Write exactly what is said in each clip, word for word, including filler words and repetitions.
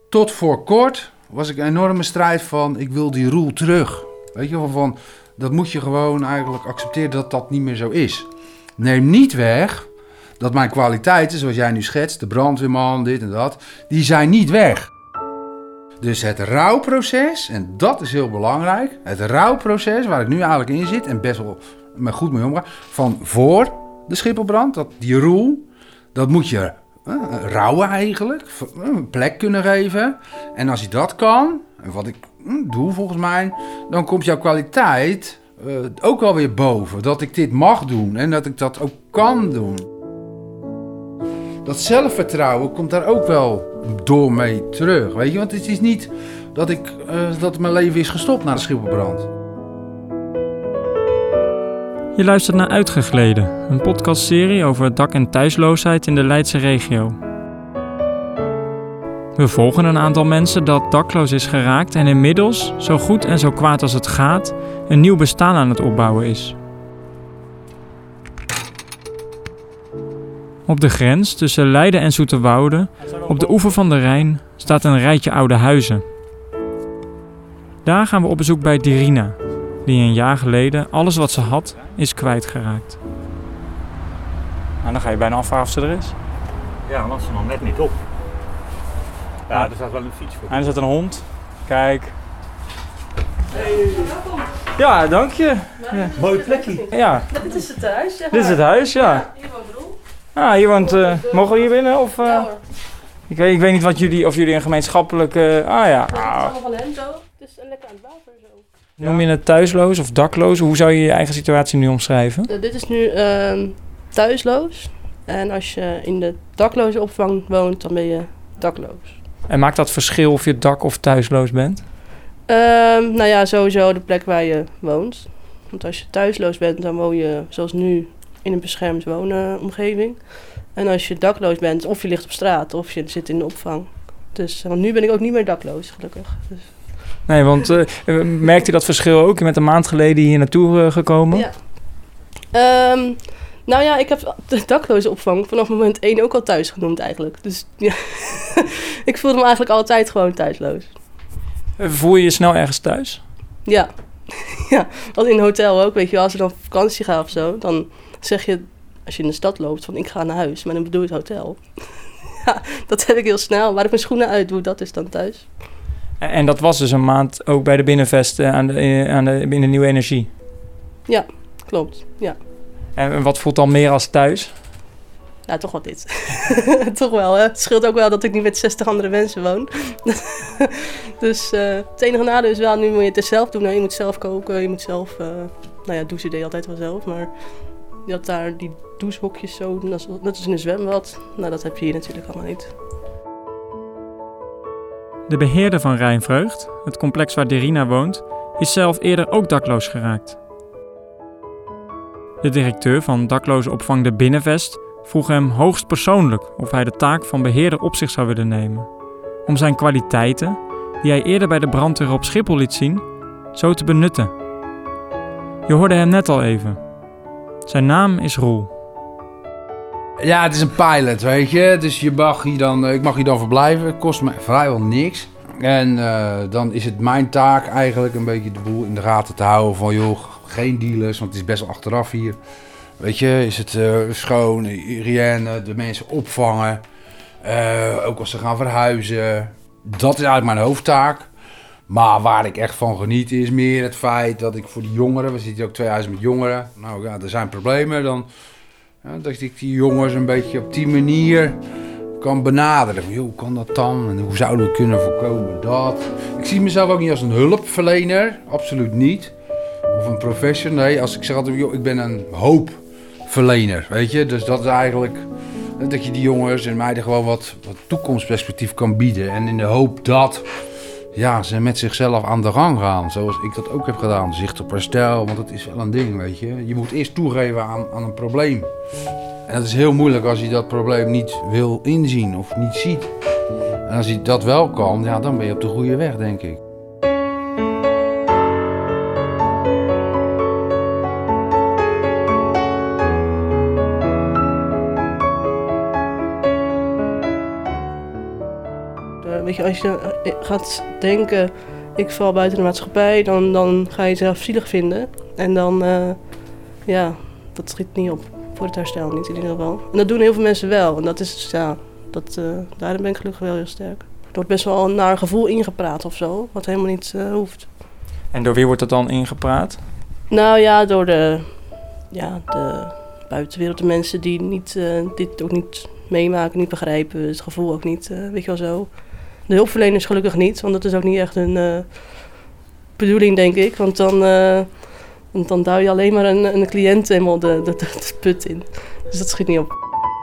tot voor kort was ik een enorme strijd van, ik wil die roel terug. Weet je wel, van, dat moet je gewoon eigenlijk accepteren dat dat niet meer zo is. Neem niet weg dat mijn kwaliteiten, zoals jij nu schetst, de brandweerman, dit en dat, die zijn niet weg. Dus het rouwproces, en dat is heel belangrijk, het rouwproces waar ik nu eigenlijk in zit en best wel me goed mee omga, van voor de Schipholbrand, dat die roel, dat moet je uh, rouwen eigenlijk, een plek kunnen geven. En als je dat kan, en wat ik uh, doe volgens mij, dan komt jouw kwaliteit uh, ook wel weer boven. Dat ik dit mag doen en dat ik dat ook kan doen. Dat zelfvertrouwen komt daar ook wel door mee terug, weet je. Want het is niet dat, ik, uh, dat mijn leven is gestopt na de Schipholbrand. Je luistert naar Uitgegleden, een podcastserie over dak- en thuisloosheid in de Leidse regio. We volgen een aantal mensen dat dakloos is geraakt en inmiddels, zo goed en zo kwaad als het gaat, een nieuw bestaan aan het opbouwen is. Op de grens tussen Leiden en Zoeterwoude, op de oever van de Rijn, staat een rijtje oude huizen. Daar gaan we op bezoek bij Dirina, die een jaar geleden alles wat ze had, is kwijtgeraakt. Nou, dan ga je bijna afvragen of ze er is. Ja, want ze nog net niet op. Ja, er staat wel een fiets voor. En er zit een hond. Kijk. Hey. Ja, dank je. Ja. Mooi plekje. Ja. Dit is het huis, ja. Dit is het huis, ja. Ja, hier woont Roel. Ah, hier woont... Uh, mogen we hier binnen? Of, uh, Ja hoor. ik, weet, ik weet niet wat jullie, of jullie een gemeenschappelijke... Uh, ah ja. Het is allemaal van hem zo. Het is lekker aan het water zo. Noem je het thuisloos of dakloos? Hoe zou je je eigen situatie nu omschrijven? Uh, dit is nu uh, thuisloos. En als je in de dakloze opvang woont, dan ben je dakloos. En maakt dat verschil of je dak- of thuisloos bent? Uh, nou ja, sowieso de plek waar je woont. Want als je thuisloos bent, dan woon je zoals nu in een beschermd woonomgeving. En als je dakloos bent, of je ligt op straat, of je zit in de opvang. Dus, want nu ben ik ook niet meer dakloos, gelukkig. Dus. Nee, want uh, merkte je dat verschil ook? Je bent een maand geleden hier naartoe uh, gekomen. Ja. Um, nou ja, ik heb de dakloze opvang vanaf moment één ook al thuis genoemd eigenlijk. Dus ja, ik voelde me eigenlijk altijd gewoon thuisloos. Voel je je snel ergens thuis? Ja. Ja, als in een hotel ook, weet je wel. Als je dan op vakantie gaat of zo, dan zeg je, als je in de stad loopt, van ik ga naar huis. Maar dan bedoel je het hotel. Ja, dat heb ik heel snel. Waar ik mijn schoenen uit doe, dat is dan thuis. En dat was dus een maand ook bij de Binnenvest aan de, aan de, in de Nieuwe Energie? Ja, klopt. Ja. En wat voelt dan meer als thuis? Nou, toch wel dit. Toch wel, hè. Het scheelt ook wel dat ik niet met zestig andere mensen woon. Dus uh, het enige nadeel is wel, nu moet je het zelf doen. Nou, je moet zelf koken, je moet zelf... Uh, nou ja, douchen deed je altijd wel zelf, maar... Je had daar die douchehokjes zo, net als in een zwembad. Nou, dat heb je hier natuurlijk allemaal niet. De beheerder van Rijnvreugd, het complex waar Dirina woont, is zelf eerder ook dakloos geraakt. De directeur van daklozenopvang De Binnenvest vroeg hem hoogstpersoonlijk of hij de taak van beheerder op zich zou willen nemen. Om zijn kwaliteiten, die hij eerder bij de brandweer op Schiphol liet zien, zo te benutten. Je hoorde hem net al even. Zijn naam is Roel. Ja, het is een pilot, weet je. Dus je mag hier dan, ik mag hier dan verblijven. Het kost me vrijwel niks. En uh, dan is het mijn taak eigenlijk een beetje de boel in de gaten te houden van, joh, geen dealers, want het is best wel achteraf hier. Weet je, is het uh, schoon, hygiëne, de mensen opvangen. Uh, ook als ze gaan verhuizen. Dat is eigenlijk mijn hoofdtaak. Maar waar ik echt van geniet is meer het feit dat ik voor die jongeren... We zitten hier ook twee huizen met jongeren. Nou ja, er zijn problemen. Dan, ja, dat ik die jongens een beetje op die manier kan benaderen. Van, joh, hoe kan dat dan? En hoe zouden we kunnen voorkomen dat? Ik zie mezelf ook niet als een hulpverlener. Absoluut niet. Of een professional. Nee, als ik zeg altijd, joh, ik ben een hoopverlener. Weet je? Dus dat is eigenlijk... Dat je die jongens en meiden gewoon wat, wat toekomstperspectief kan bieden. En in de hoop dat... Ja, ze met zichzelf aan de gang gaan, zoals ik dat ook heb gedaan. Zicht op herstel, want dat is wel een ding, weet je. Je moet eerst toegeven aan, aan een probleem. En dat is heel moeilijk als je dat probleem niet wil inzien of niet ziet. En als je dat wel kan, ja, dan ben je op de goede weg, denk ik. Weet je, als je gaat denken, ik val buiten de maatschappij, dan, dan ga je jezelf zielig vinden. En dan, uh, ja, dat schiet niet op. Voor het herstel niet in ieder geval. En dat doen heel veel mensen wel. En dat is, ja, dat, uh, daarin ben ik gelukkig wel heel sterk. Er wordt best wel een naar gevoel ingepraat of zo, wat helemaal niet uh, hoeft. En door wie wordt dat dan ingepraat? Nou ja, door de, ja, de buitenwereld, de mensen die niet, uh, dit ook niet meemaken, niet begrijpen, het gevoel ook niet, uh, weet je wel zo. De hulpverleners gelukkig niet, want dat is ook niet echt hun uh, bedoeling, denk ik. Want dan, uh, want dan duw je alleen maar een, een cliënt helemaal de, de, de, de put in. Dus dat schiet niet op.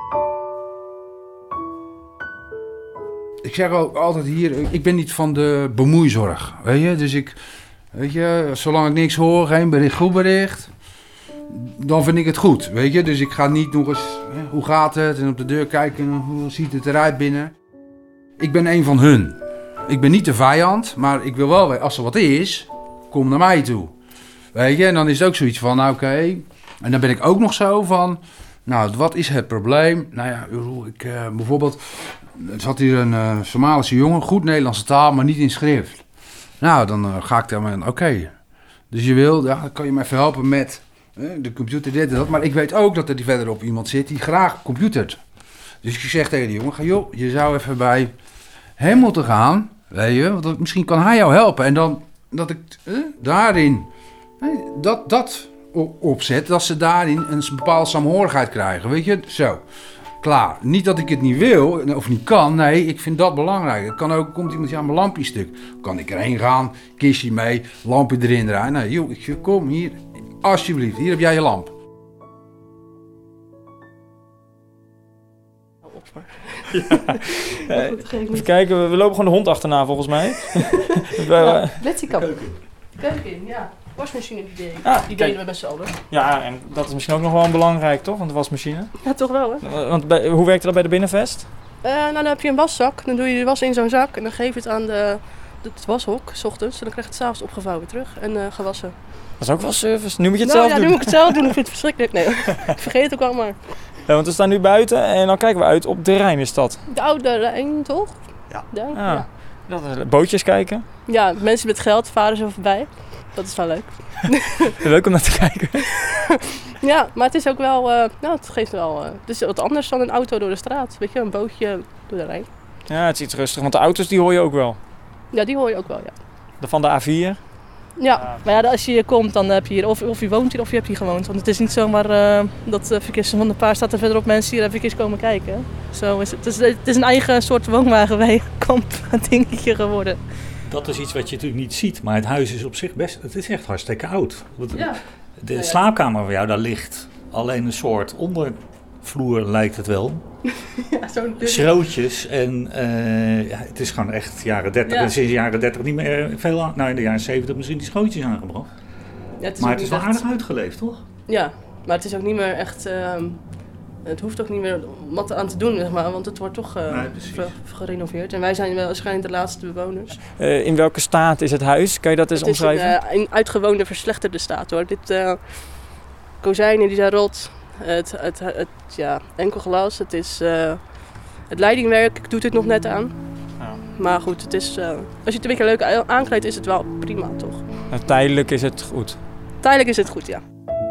Ik zeg ook altijd hier, ik ben niet van de bemoeizorg, weet je. Dus ik, weet je, zolang ik niks hoor, geen bericht, goed bericht, dan vind ik het goed, weet je. Dus ik ga niet nog eens, hè, hoe gaat het, en op de deur kijken, hoe ziet het eruit binnen. Ik ben een van hun. Ik ben niet de vijand, maar ik wil wel, als er wat is, kom naar mij toe. Weet je, en dan is het ook zoiets van, nou oké. Okay. En dan ben ik ook nog zo van, nou, wat is het probleem? Nou ja, ik, uh, bijvoorbeeld, er zat hier een uh, Somalische jongen, goed Nederlandse taal, maar niet in schrift. Nou, dan uh, ga ik daar maar, oké. Okay. Dus je wil, ja, dan kan je me even helpen met uh, de computer, dit en dat. Maar ik weet ook dat er die verderop iemand zit die graag computert. Dus ik zeg tegen die jongen, ga, joh, je zou even bij hem moeten gaan, weet je, want misschien kan hij jou helpen. En dan, dat ik uh, daarin, uh, dat, dat opzet, dat ze daarin een bepaalde saamhorigheid krijgen, weet je, zo. Klaar. Niet dat ik het niet wil of niet kan. Nee, ik vind dat belangrijk. Het kan ook, komt iemand aan mijn lampje stuk. Kan ik erheen gaan, kistje mee, lampje erin draaien. Nee, joh, ik kom hier, alsjeblieft, hier heb jij je lamp. Ja. uh, even kijken, we, we lopen gewoon de hond achterna volgens mij. Ja, Betsy kan. Keuken. Keuken, ja. Wasmachine idee. Ah, die deden we met z'n allen. Ja, en dat is misschien ook nog wel belangrijk, toch? Want de wasmachine. Ja, toch wel, hè? Want bij, hoe werkt dat bij de Binnenvest? Uh, nou, dan heb je een waszak. Dan doe je de was in zo'n zak en dan geef je het aan de, het washok, 's ochtends. En dan krijg je het 's avonds opgevouwen weer terug en uh, gewassen. Dat is ook wel service. Nu moet je het nou, zelf ja, doen. nu moet ik het zelf doen. Ik vind het verschrikkelijk. Nee, ik vergeet het ook allemaal. Ja, want we staan nu buiten en dan kijken we uit op de Rijn, is dat? De Oude Rijn, toch? Ja. ja, ah, ja. Dat is, bootjes kijken. Ja, mensen met geld varen zo voorbij. Dat is wel leuk. Leuk om naar te kijken. Ja, maar het is ook wel, uh, nou, het geeft wel, uh, het is wat anders dan een auto door de straat. Weet je, een bootje door de Rijn. Ja, het is iets rustig, want de auto's die hoor je ook wel. Ja, die hoor je ook wel, ja. De van de A vier. Ja, maar ja, als je hier komt, dan heb je hier, of, of je woont hier of je hebt hier gewoond. Want het is niet zomaar uh, dat uh, verkeers van de paar staat er verderop mensen hier even eens komen kijken. Zo is het. Het is, het is een eigen soort woonwagenkamp dingetje geworden. Dat is iets wat je natuurlijk niet ziet, maar het huis is op zich best, het is echt hartstikke oud. Ja. De ja, ja. slaapkamer van jou, daar ligt alleen een soort ondervloer, lijkt het wel. Ja, zo'n schrootjes en uh, ja, het is gewoon echt jaren dertig. Ja. En sinds de jaren dertig niet meer veel aan, nou in de jaren zeventig misschien die schrootjes aangebracht. Ja, het is maar het is wel echt aardig uitgeleefd, toch? Ja, maar het is ook niet meer echt, uh, het hoeft ook niet meer wat aan te doen, zeg maar, want het wordt toch uh, nee, ver, gerenoveerd. En wij zijn waarschijnlijk de laatste bewoners. Uh, in welke staat is het huis? Kan je dat eens het omschrijven? Het is een uh, in uitgewoonde verslechterde staat, hoor. Dit uh, kozijnen die zijn rot. Het, het, het, het ja, enkel glas, het is uh, het leidingwerk doet het nog net aan. Ja. Maar goed, het is, uh, als je het een beetje leuk aankleedt is het wel prima, toch? Nou, tijdelijk is het goed? Tijdelijk is het goed, ja.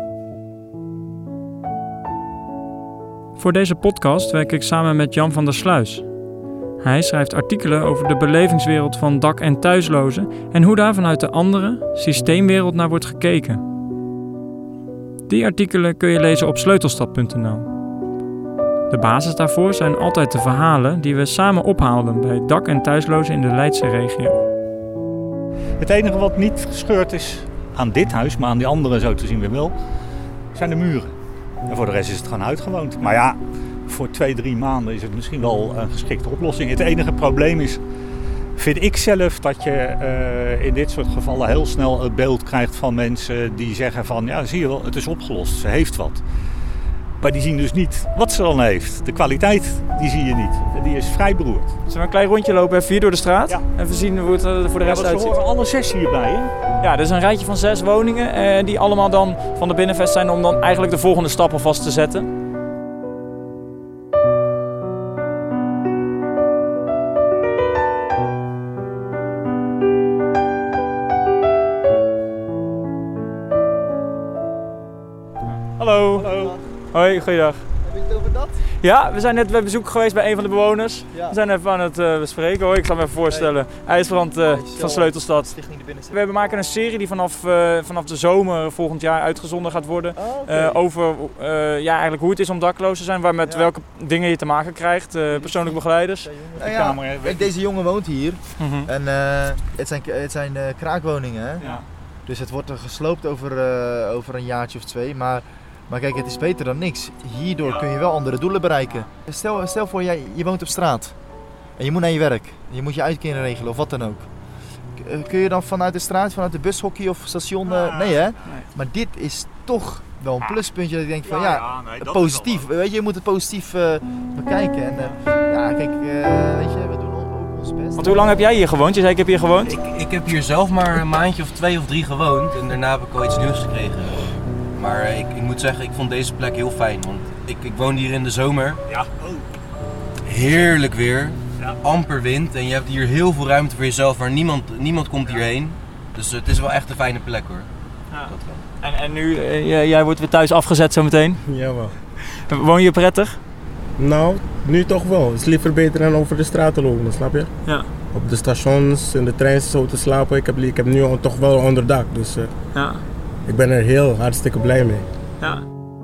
Voor deze podcast werk ik samen met Jan van der Sluis. Hij schrijft artikelen over de belevingswereld van dak- en thuislozen en hoe daar vanuit de andere, systeemwereld naar wordt gekeken. Die artikelen kun je lezen op sleutelstad punt n l. De basis daarvoor zijn altijd de verhalen die we samen ophaalden bij dak- en thuislozen in de Leidse regio. Het enige wat niet gescheurd is aan dit huis, maar aan die andere zo te zien weer wel, zijn de muren. En voor de rest is het gewoon uitgewoond. Maar ja, voor twee, drie maanden is het misschien wel een geschikte oplossing. Het enige probleem is, vind ik zelf, dat je uh, in dit soort gevallen heel snel het beeld krijgt van mensen die zeggen van, ja, zie je wel, het is opgelost, ze heeft wat. Maar die zien dus niet wat ze dan heeft. De kwaliteit, die zie je niet. Die is vrij beroerd. Zullen we een klein rondje lopen, even hier door de straat? Ja. Even zien hoe het er voor de rest ja, uitziet. We horen alle zes hierbij, hè? Ja, er is een rijtje van zes woningen eh, die allemaal dan van de Binnenvest zijn om dan eigenlijk de volgende stappen vast te zetten. Hallo. Hallo. Hoi, goeiedag. Heb je het over dat? Ja, we zijn net bij bezoek geweest bij een van de bewoners. Ja. We zijn even aan het uh, bespreken. Hoi, ik zal me even voorstellen. IJsbrand uh, van Sleutelstad. Stichting de Binnenstad. We maken een serie die vanaf, uh, vanaf de zomer volgend jaar uitgezonden gaat worden. Oh, okay. uh, over uh, ja, eigenlijk hoe het is om dakloos te zijn, waar met ja. welke dingen je te maken krijgt. Uh, persoonlijke begeleiders. Nou ja, kijk, deze jongen woont hier. Mm-hmm. En uh, het zijn, het zijn uh, kraakwoningen. Hè? Ja. Dus het wordt er gesloopt over, uh, over een jaartje of twee. Maar, maar kijk, het is beter dan niks. Hierdoor kun je wel andere doelen bereiken. Stel, stel voor, jij, je woont op straat. En je moet naar je werk. Je moet je uitkering regelen of wat dan ook. Kun je dan vanuit de straat, vanuit de bushockey of station? Uh, nee hè? Nee. Maar dit is toch wel een pluspuntje dat ik denk van ja, ja nee, positief. Weet je, je moet het positief uh, bekijken. En uh, ja, kijk, uh, weet je, we doen ook ons best. Want hoe lang heb jij hier gewoond? Je zei ik heb hier gewoond? Ik, ik heb hier zelf maar een maandje of twee of drie gewoond en daarna heb ik al iets nieuws gekregen. Maar uh, ik, ik moet zeggen, ik vond deze plek heel fijn, want ik, ik woonde hier in de zomer. Ja. Heerlijk weer. Ja. Amper wind en je hebt hier heel veel ruimte voor jezelf, waar niemand, niemand komt hierheen. Dus uh, het is wel echt een fijne plek hoor. Ja. Dat wel. En, en nu, uh, jij wordt weer thuis afgezet zometeen? Jawel. Woon je prettig? Nou, nu toch wel. Het is liever beter dan over de straat te lopen, snap je? Ja. Op de stations, in de trein zo te slapen. Ik heb, ik heb nu toch wel onderdak, dus uh, ja. Ik ben er heel hartstikke blij mee. Ja.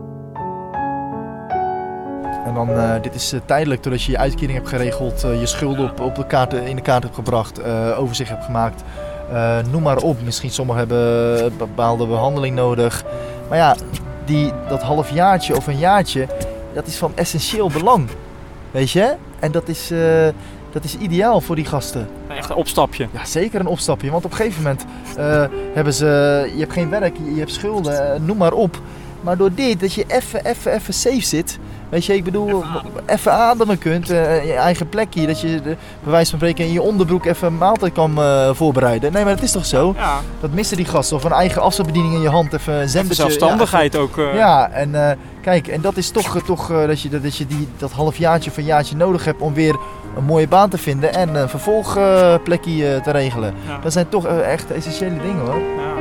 En dan, uh, dit is uh, tijdelijk, doordat je je uitkering hebt geregeld, uh, je schulden op, op de kaart, in de kaart hebt gebracht, uh, overzicht hebt gemaakt. Uh, noem maar op, misschien sommigen hebben een bepaalde behandeling nodig. Maar ja, die, dat halfjaartje of een jaartje, dat is van essentieel belang. Weet je? En dat is, uh, dat is ideaal voor die gasten. Echt een opstapje. Ja, zeker een opstapje. Want op een gegeven moment uh, hebben ze, je hebt geen werk, je hebt schulden, uh, noem maar op. Maar door dit, dat je even, even, even safe zit. Weet je, ik bedoel, even ademen, even ademen kunt, uh, je eigen plekje, dat je de, bij wijze van spreken in je onderbroek even een maaltijd kan uh, voorbereiden. Nee, maar dat is toch zo? Ja. Dat missen die gasten. Of een eigen afstandsbediening in je hand, even een zendertje. Zelfstandigheid ja, ook. Uh... Ja, en uh, kijk, en dat is toch, uh, toch uh, dat je, dat je die, dat halfjaartje of een jaartje nodig hebt om weer een mooie baan te vinden en een vervolgplekje uh, uh, te regelen. Ja. Dat zijn toch uh, echt essentiële dingen hoor. Ja.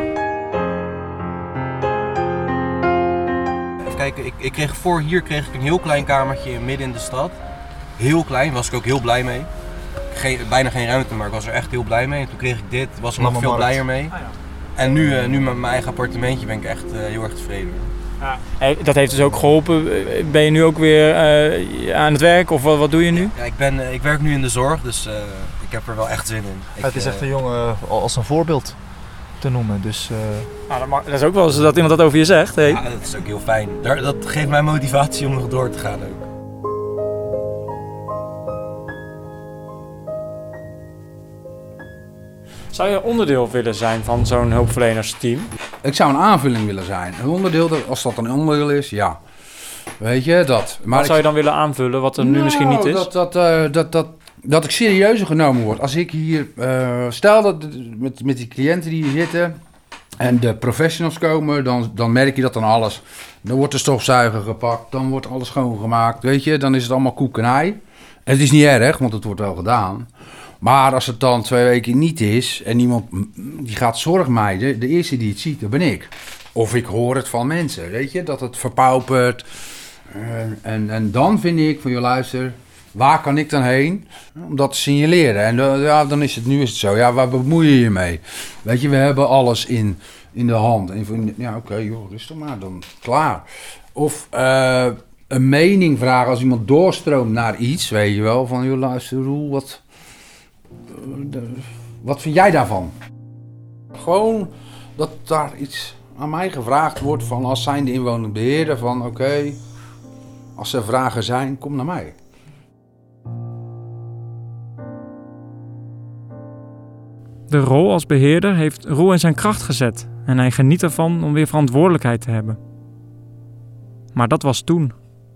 Kijk, ik, ik kreeg voor hier kreeg ik een heel klein kamertje midden in de stad. Heel klein, was ik ook heel blij mee. Geen, bijna geen ruimte, maar ik was er echt heel blij mee. En toen kreeg ik dit, was ik nog veel markt. blijer mee. Ah, ja. En nu, uh, nu met mijn eigen appartementje ben ik echt uh, heel erg tevreden. Ja. Hey, dat heeft dus ook geholpen. Ben je nu ook weer uh, aan het werk of wat, wat doe je nu? Ja, ik, ben, uh, ik werk nu in de zorg, dus uh, ik heb er wel echt zin in. Ik, het is echt een jongen als een voorbeeld te noemen. Dus, uh... nou, dat, mag, dat is ook wel eens dat iemand dat over je zegt. Hey. Ja, dat is ook heel fijn. Dat geeft mij motivatie om nog door te gaan ook. Zou je onderdeel willen zijn van zo'n hulpverlenersteam? Ik zou een aanvulling willen zijn. Een onderdeel, als dat een onderdeel is, ja. Weet je, dat. Maar wat zou je ik... dan willen aanvullen wat er nu nou, misschien niet is? Dat, dat, uh, dat, dat, dat ik serieuzer genomen word. Als ik hier, uh, stel dat met, met die cliënten die hier zitten en de professionals komen, dan, dan merk je dat dan alles. Dan wordt de stofzuiger gepakt, dan wordt alles schoongemaakt, weet je. Dan is het allemaal koek en ei. En het is niet erg, want het wordt wel gedaan. Maar als het dan twee weken niet is en iemand die gaat zorg mijden, de eerste die het ziet, dat ben ik. Of ik hoor het van mensen, weet je, dat het verpaupert. En, en, en dan vind ik van, joh luister, waar kan ik dan heen om dat te signaleren? En uh, ja, dan is het, nu is het zo, ja, waar bemoei je je mee? Weet je, we hebben alles in, in de hand. En van, ja, oké, okay, joh, rustig maar, dan klaar. Of uh, een mening vragen als iemand doorstroomt naar iets, weet je wel, van, joh luister, Roel, wat... Wat vind jij daarvan? Gewoon dat daar iets aan mij gevraagd wordt van als zijnde inwonend beheerder van oké, okay, als er vragen zijn, kom naar mij. De rol als beheerder heeft Roel in zijn kracht gezet en hij geniet ervan om weer verantwoordelijkheid te hebben. Maar dat was toen.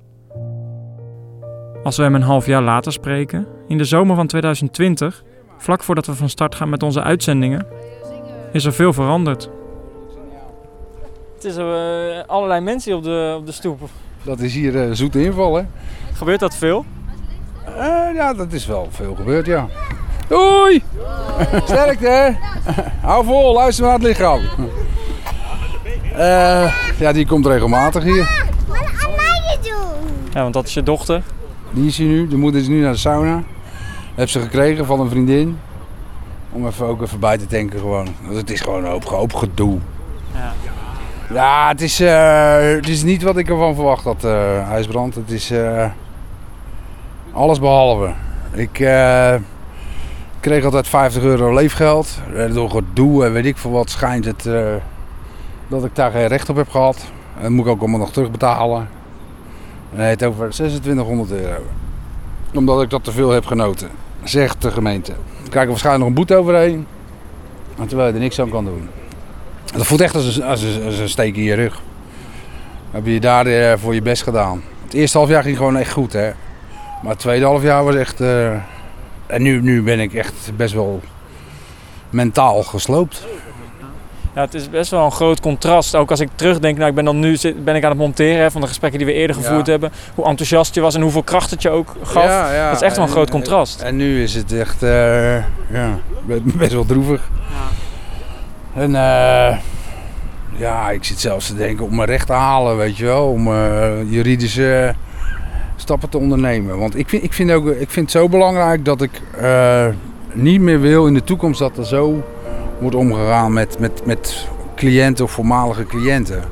Als we hem een half jaar later spreken, in de zomer van tweeduizend twintig, vlak voordat we van start gaan met onze uitzendingen, is er veel veranderd. Het is uh, allerlei mensen op de, op de stoep. Dat is hier uh, zoete inval, hè? Gebeurt dat veel? Uh, ja, dat is wel veel gebeurd, ja. Doei! Sterkte, hè? Hou vol, luister naar het lichaam. Uh, ja, die komt regelmatig hier. Wat aan mij doen? Ja, want dat is je dochter. Die is hier nu. De moeder is nu naar de sauna. Heb ze gekregen van een vriendin. Om even ook even bij te tanken gewoon. Want het is gewoon een hoop, hoop gedoe. Ja, ja het, is, uh, het is niet wat ik ervan verwacht had, uh, IJsbrand. Het is uh, alles behalve. Ik uh, kreeg altijd vijftig euro leefgeld. Door gedoe en weet ik veel wat schijnt het uh, dat ik daar geen recht op heb gehad. Dat moet ik ook allemaal nog terugbetalen. En hij heeft over zesentwintighonderd euro. Omdat ik dat te veel heb genoten, zegt de gemeente. Dan krijg ik waarschijnlijk nog een boete overheen. Terwijl je er niks aan kan doen. Dat voelt echt als een, als een, als een steek in je rug. Heb je daar uh, voor je best gedaan. Het eerste half jaar ging gewoon echt goed, hè. Maar het tweede half jaar was echt... Uh... En nu, nu ben ik echt best wel mentaal gesloopt. Ja, het is best wel een groot contrast. Ook als ik terugdenk, nou, ik ben dan nu zit, ben ik aan het monteren hè, van de gesprekken die we eerder gevoerd ja. hebben. Hoe enthousiast je was en hoeveel kracht het je ook gaf. Ja, ja. Dat is echt wel een en, groot contrast. En, en nu is het echt uh, ja, best wel droevig. Ja. En uh, ja, ik zit zelfs te denken om mijn recht te halen, weet je wel. Om uh, juridische stappen te ondernemen. Want ik vind, ik vind, ook, ik vind het zo belangrijk dat ik uh, niet meer wil in de toekomst dat er zo wordt omgegaan met, met, met cliënten of voormalige cliënten.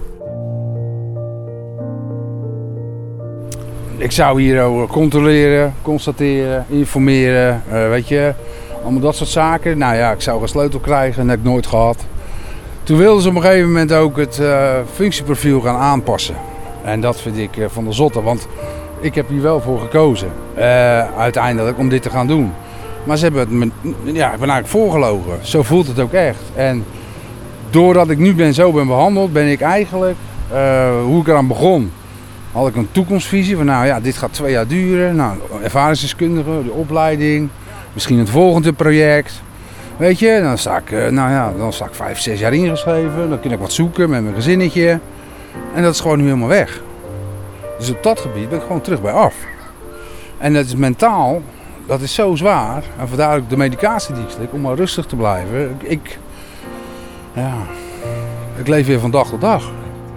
Ik zou hier controleren, constateren, informeren, uh, weet je, allemaal dat soort zaken. Nou ja, ik zou een sleutel krijgen, dat heb ik nooit gehad. Toen wilden ze op een gegeven moment ook het uh, functieprofiel gaan aanpassen. En dat vind ik uh, van de zotte, want ik heb hier wel voor gekozen, uh, uiteindelijk, om dit te gaan doen. Maar ze hebben het me, ja, ik ben eigenlijk voorgelogen. Zo voelt het ook echt. En doordat ik nu ben, zo ben behandeld, ben ik eigenlijk, uh, hoe ik eraan begon, had ik een toekomstvisie van nou ja, dit gaat twee jaar duren. Nou, ervaringsdeskundige, de opleiding, misschien het volgende project. Weet je, dan sta ik, uh, nou ja, dan sta ik vijf, zes jaar ingeschreven. Dan kan ik wat zoeken met mijn gezinnetje. En dat is gewoon nu helemaal weg. Dus op dat gebied ben ik gewoon terug bij af. En dat is mentaal. Dat is zo zwaar. En vandaar ook de medicatie die ik slik, om maar rustig te blijven. Ik, ja, ik leef weer van dag tot dag.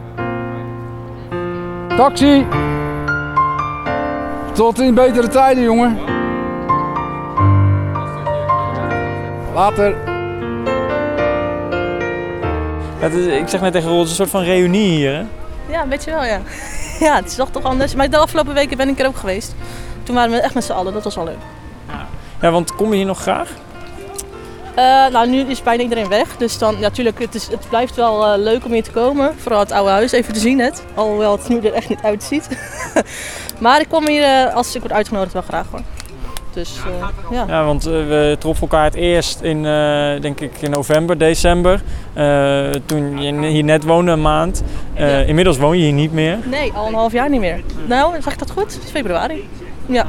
Taxi! Tot in betere tijden, jongen. Later. Het is, ik zeg net tegen Roel, het is een soort van reunie hier, hè? Ja, een beetje wel, ja. Ja, het is toch toch anders. Maar de afgelopen weken ben ik er ook geweest. Toen waren we echt met z'n allen, dat was wel leuk. Ja, want kom je hier nog graag? Uh, nou, nu is bijna iedereen weg. Dus dan, natuurlijk, ja, het, is, het blijft wel uh, leuk om hier te komen. Vooral het oude huis, even te zien het. Alhoewel het nu er echt niet uitziet. Maar ik kom hier, uh, als ik word uitgenodigd, wel graag hoor. Dus, uh, ja. Ja, want uh, we troffen elkaar het eerst in, uh, denk ik, in november, december. Uh, toen je hier net woonde, een maand. Uh, ja. Inmiddels woon je hier niet meer. Nee, al een half jaar niet meer. Nou, zeg ik dat goed? Het is februari. Ja.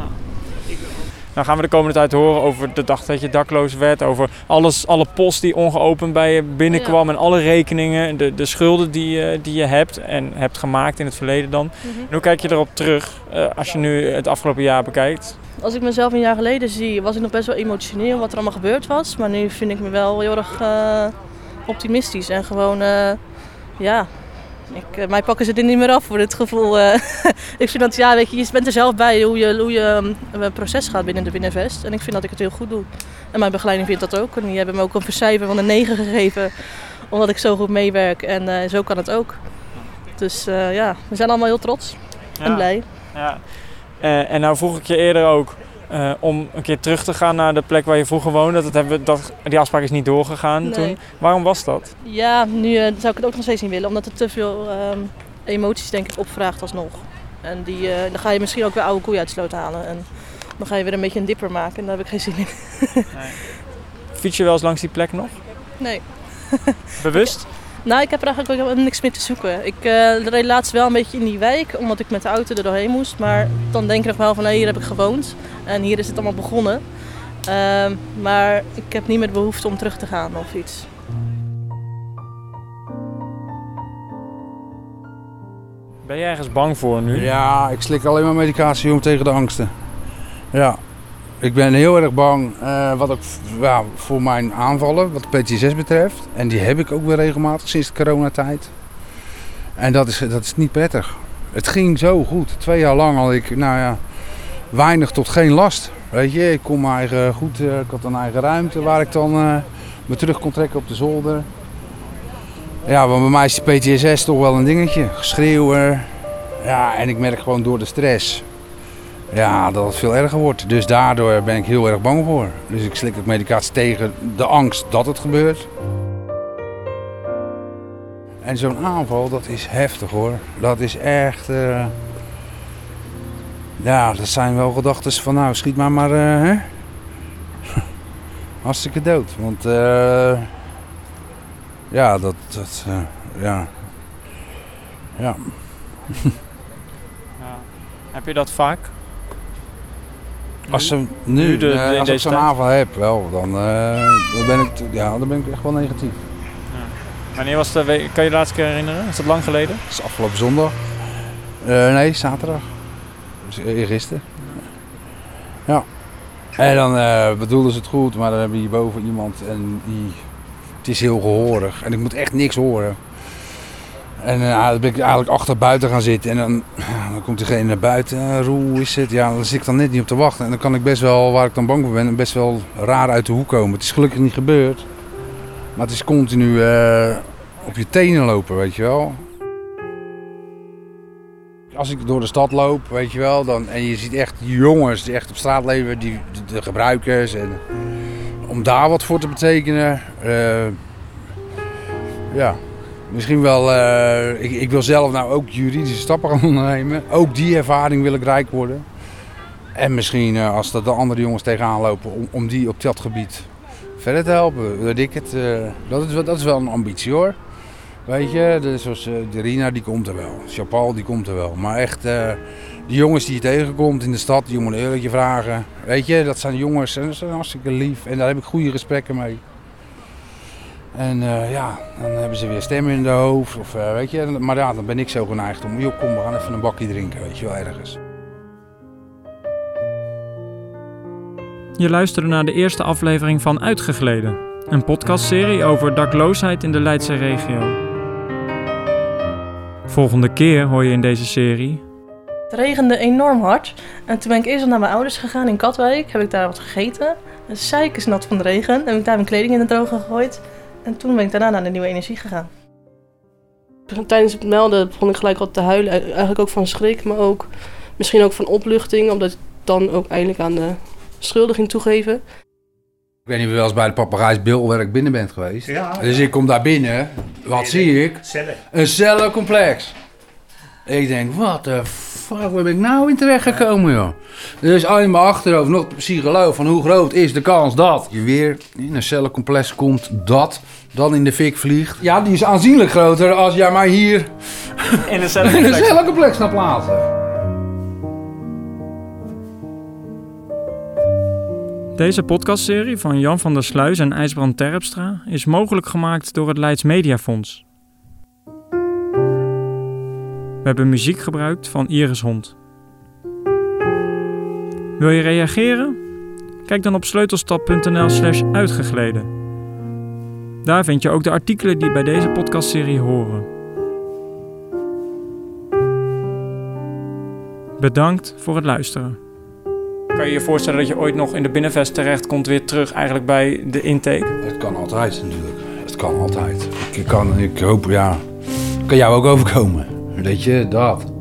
Nou gaan we de komende tijd horen over de dag dat je dakloos werd. Over alles, alle post die ongeopend bij je binnenkwam. Ja. En alle rekeningen, de, de schulden die, die je hebt en hebt gemaakt in het verleden dan. Mm-hmm. En hoe kijk je erop terug uh, als je nu het afgelopen jaar bekijkt? Als ik mezelf een jaar geleden zie, was ik nog best wel emotioneel wat er allemaal gebeurd was. Maar nu vind ik me wel heel erg uh, optimistisch en gewoon, uh, ja... Ik, uh, mij pakken ze er niet meer af voor dit gevoel. Uh, ik vind dat, ja, weet je, je bent er zelf bij hoe je, hoe je um, proces gaat binnen de Binnenvest. En ik vind dat ik het heel goed doe. En mijn begeleiding vindt dat ook. En die hebben me ook een cijfer van een negen gegeven, omdat ik zo goed meewerk. En uh, zo kan het ook. Dus uh, ja, we zijn allemaal heel trots ja. en blij. Ja. Uh, en nou vroeg ik je eerder ook uh, om een keer terug te gaan naar de plek waar je vroeger woonde. Dat hebben we, dat, die afspraak is niet doorgegaan nee. toen. Waarom was dat? Ja, nu uh, zou ik het ook nog steeds niet willen. Omdat het te veel uh, emoties denk ik opvraagt alsnog. En die, uh, dan ga je misschien ook weer oude koeien uit de sloot halen. En dan ga je weer een beetje een dipper maken. En daar heb ik geen zin in. Nee. Fiets je wel eens langs die plek nog? Nee. Bewust? Nou, ik heb er eigenlijk ook niks meer te zoeken. Ik uh, reed laatst wel een beetje in die wijk, omdat ik met de auto er doorheen moest. Maar dan denk ik nog wel van, hé, hier heb ik gewoond. En hier is het allemaal begonnen. Uh, maar ik heb niet meer de behoefte om terug te gaan of iets. Ben je ergens bang voor nu? Ja, ik slik alleen maar medicatie om tegen de angsten. Ja. Ik ben heel erg bang uh, wat ik, ja, voor mijn aanvallen, wat de P T S S betreft. En die heb ik ook weer regelmatig sinds de coronatijd. En dat is, dat is niet prettig. Het ging zo goed. Twee jaar lang had ik, nou ja, weinig tot geen last. Weet je, ik kon mijn eigen goed, uh, ik had een eigen ruimte waar ik dan uh, me terug kon trekken op de zolder. Ja, want bij mij is de P T S S toch wel een dingetje. Geschreeuwen. Ja, en ik merk gewoon door de stress, ja, dat het veel erger wordt. Dus daardoor ben ik heel erg bang voor. Dus ik slik ook medicatie tegen de angst dat het gebeurt. En zo'n aanval, dat is heftig hoor. Dat is echt... Uh... Ja, dat zijn wel gedachten van nou, schiet maar maar... Uh, hè? Hartstikke dood. Want... Uh... Ja, dat... dat uh... Ja... Ja. Ja. Heb je dat vaak? Als ze nu, nu de, uh, de, als ik zo'n tijd? aanval heb, wel, dan, uh, dan, ben ik, ja, dan ben ik echt wel negatief. Ja. Wanneer was de week? Kan je de laatste keer herinneren? Is dat lang geleden? Dat is afgelopen zondag. Uh, nee, zaterdag. Dus eergisteren. Ja. En dan uh, bedoelden ze het goed, maar dan hebben we hierboven iemand en die... Het is heel gehoorig en ik moet echt niks horen. En uh, dan ben ik eigenlijk achter buiten gaan zitten en dan, dan komt diegene naar buiten. Uh, Roel, hoe is het? Ja, dan zit ik dan net niet op te wachten. En dan kan ik best wel, waar ik dan bang voor ben, best wel raar uit de hoek komen. Het is gelukkig niet gebeurd. Maar het is continu uh, op je tenen lopen, weet je wel. Als ik door de stad loop, weet je wel, dan, en je ziet echt jongens die echt op straat leven, die, de, de gebruikers. En om daar wat voor te betekenen, uh, ja... Misschien wel, uh, ik, ik wil zelf nou ook juridische stappen gaan ondernemen. Ook die ervaring wil ik rijk worden. En misschien uh, als er de andere jongens tegenaan lopen, om, om die op dat gebied verder te helpen. Weet ik het, uh, dat, is, dat is wel een ambitie hoor. Weet je, dus zoals uh, de Rina die komt er wel. Chapal die komt er wel. Maar echt, uh, die jongens die je tegenkomt in de stad, die moet een eurotje vragen. Weet je, dat zijn jongens en dat zijn hartstikke lief. En daar heb ik goede gesprekken mee. En uh, ja, dan hebben ze weer stemmen in de hoofd, of uh, weet je, maar ja, dan ben ik zo geneigd om, joh, kom, we gaan even een bakje drinken, weet je wel, ergens. Je luisterde naar de eerste aflevering van Uitgegleden, een podcastserie over dakloosheid in de Leidse regio. Volgende keer hoor je in deze serie... Het regende enorm hard en toen ben ik eerst naar mijn ouders gegaan in Katwijk, heb ik daar wat gegeten. De zeik is nat van de regen, heb ik daar mijn kleding in het droge gegooid. En toen ben ik daarna naar de Nieuwe Energie gegaan. Tijdens het melden begon ik gelijk al te huilen. Eigenlijk ook van schrik, maar ook misschien ook van opluchting. Omdat ik dan ook eindelijk aan de schulden ging toegeven. Ik weet niet of je wel eens bij de Papagaais Bilwerk binnen bent geweest. Ja. Dus ik kom daar binnen. Wat nee, zie ik? Cellen. Een cellencomplex. Ik denk, wat de fuck, waar ben ik nou in terecht gekomen, joh? Dus al in mijn achterhoofd nog de psycholoog van hoe groot is de kans dat je weer in een cellencomplex komt dat dan in de fik vliegt. Ja, die is aanzienlijk groter als jij mij hier in een cellencomplex, in een cellencomplex gaat plaatsen. Deze podcastserie van Jan van der Sluis en IJsbrand Terpstra is mogelijk gemaakt door het Leids Mediafonds. We hebben muziek gebruikt van Iris Hond. Wil je reageren? Kijk dan op sleutelstad.nl slash uitgegleden. Daar vind je ook de artikelen die bij deze podcastserie horen. Bedankt voor het luisteren. Kan je je voorstellen dat je ooit nog in de Binnenvest terecht komt, weer terug eigenlijk bij de intake? Het kan altijd natuurlijk. Het kan altijd. Ik, kan, ik hoop, ja, kan jou ook overkomen. Weet je, dat.